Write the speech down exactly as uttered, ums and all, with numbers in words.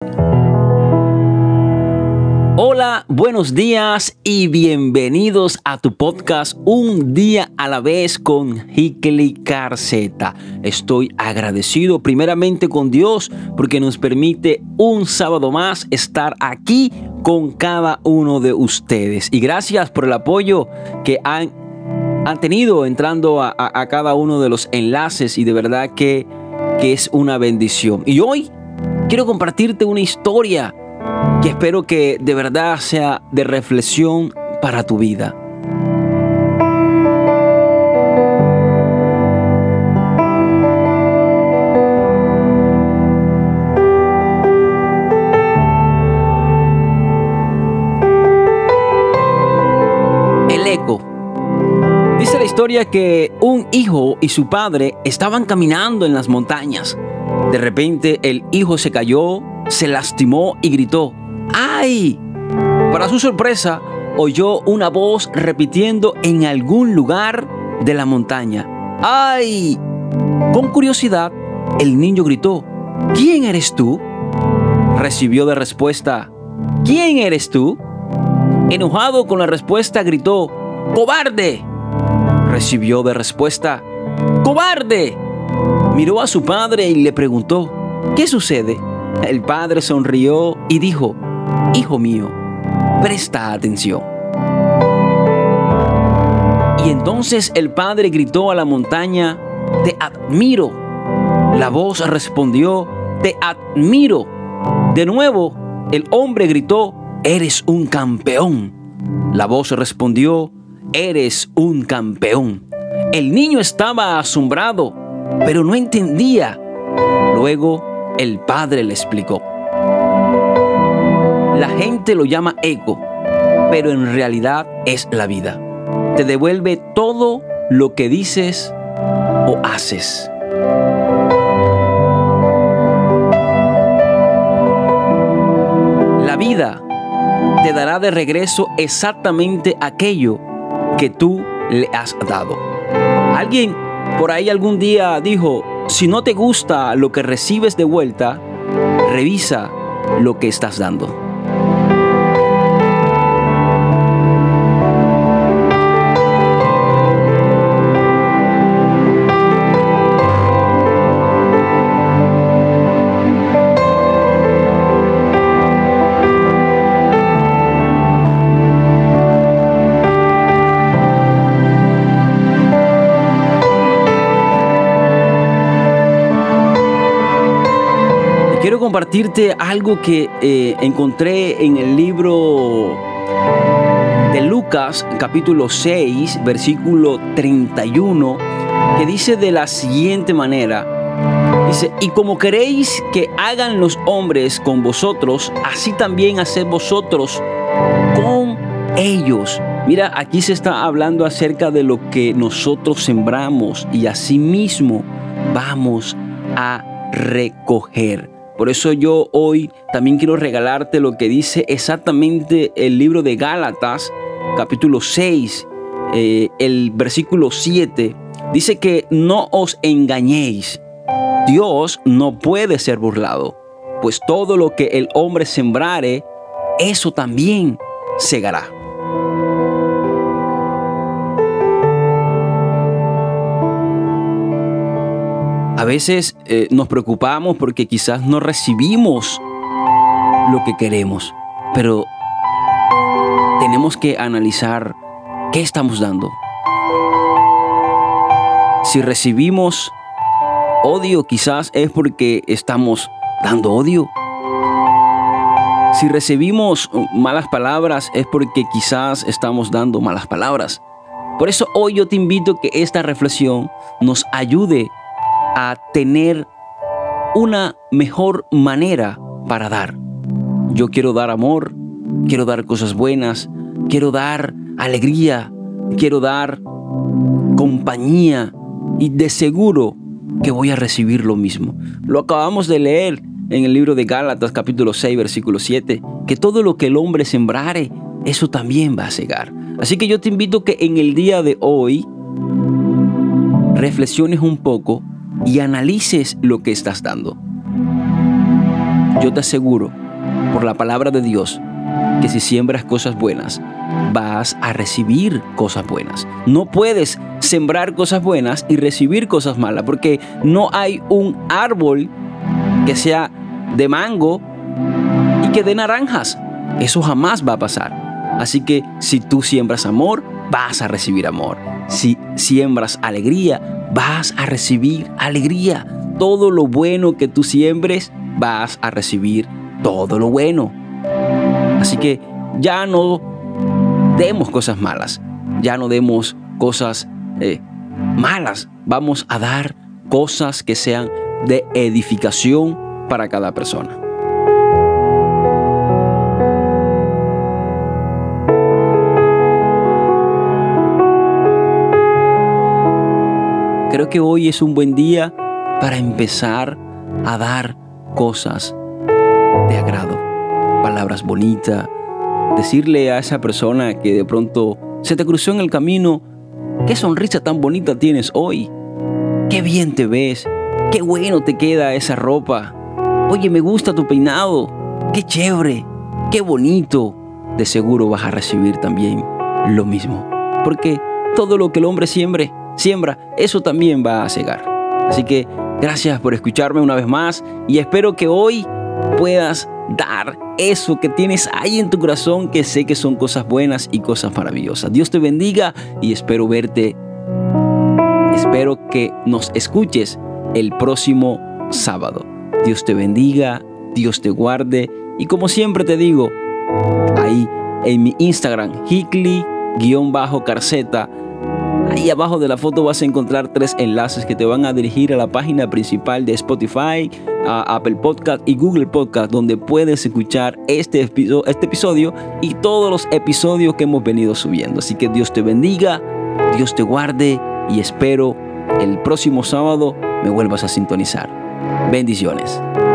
Hola, buenos días y bienvenidos a tu podcast Un Día a la Vez con Hickley Carceta. Estoy agradecido primeramente con Dios porque nos permite un sábado más estar aquí con cada uno de ustedes. Y gracias por el apoyo que han, han tenido entrando a, a, a cada uno de los enlaces y de verdad que, que es una bendición. Y hoy quiero compartirte una historia que espero que de verdad sea de reflexión para tu vida. El eco. Dice la historia que un hijo y su padre estaban caminando en las montañas. De repente el hijo se cayó, se lastimó y gritó: ¡ay! Para su sorpresa, oyó una voz repitiendo en algún lugar de la montaña: ¡ay! Con curiosidad, el niño gritó: ¿quién eres tú? Recibió de respuesta: ¿quién eres tú? Enojado con la respuesta, gritó: ¡cobarde! Recibió de respuesta: ¡cobarde! Miró a su padre y le preguntó: ¿qué sucede? El padre sonrió y dijo: hijo mío, presta atención. Y entonces el padre gritó a la montaña: te admiro. La voz respondió: te admiro. De nuevo, el hombre gritó: eres un campeón. La voz respondió: eres un campeón. El niño estaba asombrado, pero no entendía. Luego, el padre le explicó: la gente lo llama ego, pero en realidad es la vida. Te devuelve todo lo que dices o haces. La vida te dará de regreso exactamente aquello que tú le has dado. Alguien por ahí algún día dijo: si no te gusta lo que recibes de vuelta, revisa lo que estás dando. Quiero compartirte algo que eh, encontré en el libro de Lucas, capítulo seis, versículo treinta y uno, que dice de la siguiente manera. Dice: y como queréis que hagan los hombres con vosotros, así también haced vosotros con ellos. Mira, aquí se está hablando acerca de lo que nosotros sembramos y asimismo vamos a recoger. Por eso yo hoy también quiero regalarte lo que dice exactamente el libro de Gálatas, capítulo seis, eh, el versículo siete. Dice que no os engañéis. Dios no puede ser burlado, pues todo lo que el hombre sembrare, eso también segará. A veces eh, nos preocupamos porque quizás no recibimos lo que queremos, pero tenemos que analizar qué estamos dando. Si recibimos odio, quizás es porque estamos dando odio. Si recibimos malas palabras, es porque quizás estamos dando malas palabras. Por eso hoy yo te invito a que esta reflexión nos ayude a tener una mejor manera para dar. Yo quiero dar amor, quiero dar cosas buenas, quiero dar alegría, quiero dar compañía y de seguro que voy a recibir lo mismo. Lo acabamos de leer en el libro de Gálatas capítulo seis versículo siete, que todo lo que el hombre sembrare, eso también va a segar. Así que yo te invito que en el día de hoy reflexiones un poco y analices lo que estás dando. yo te aseguro, por la palabra de Dios, que si siembras cosas buenas, vas a recibir cosas buenas. No puedes sembrar cosas buenas y recibir cosas malas, porque no hay un árbol que sea de mango y que dé naranjas. Eso jamás va a pasar. Así que si tú siembras amor, vas a recibir amor. Si siembras alegría, vas a recibir alegría. Todo lo bueno que tú siembres, vas a recibir todo lo bueno. Así que ya no demos cosas malas, ya no demos cosas eh, malas. Vamos a dar cosas que sean de edificación para cada persona. Creo que hoy es un buen día para empezar a dar cosas de agrado, palabras bonitas, decirle a esa persona que de pronto se te cruzó en el camino: qué sonrisa tan bonita tienes hoy, qué bien te ves, qué bueno te queda esa ropa, oye, me gusta tu peinado, qué chévere, qué bonito. De seguro vas a recibir también lo mismo, porque todo lo que el hombre siembre, siembra, eso también va a cegar. Así que gracias por escucharme una vez más y espero que hoy puedas dar eso que tienes ahí en tu corazón, que sé que son cosas buenas y cosas maravillosas. Dios te bendiga y espero verte. Espero que nos escuches el próximo sábado. Dios te bendiga, Dios te guarde y como siempre te digo, ahí en mi Instagram, Hickley-Carceta, ahí abajo de la foto vas a encontrar tres enlaces que te van a dirigir a la página principal de Spotify, a Apple Podcast y Google Podcast, donde puedes escuchar este episodio, este episodio y todos los episodios que hemos venido subiendo. Así que Dios te bendiga, Dios te guarde y espero el próximo sábado me vuelvas a sintonizar. Bendiciones.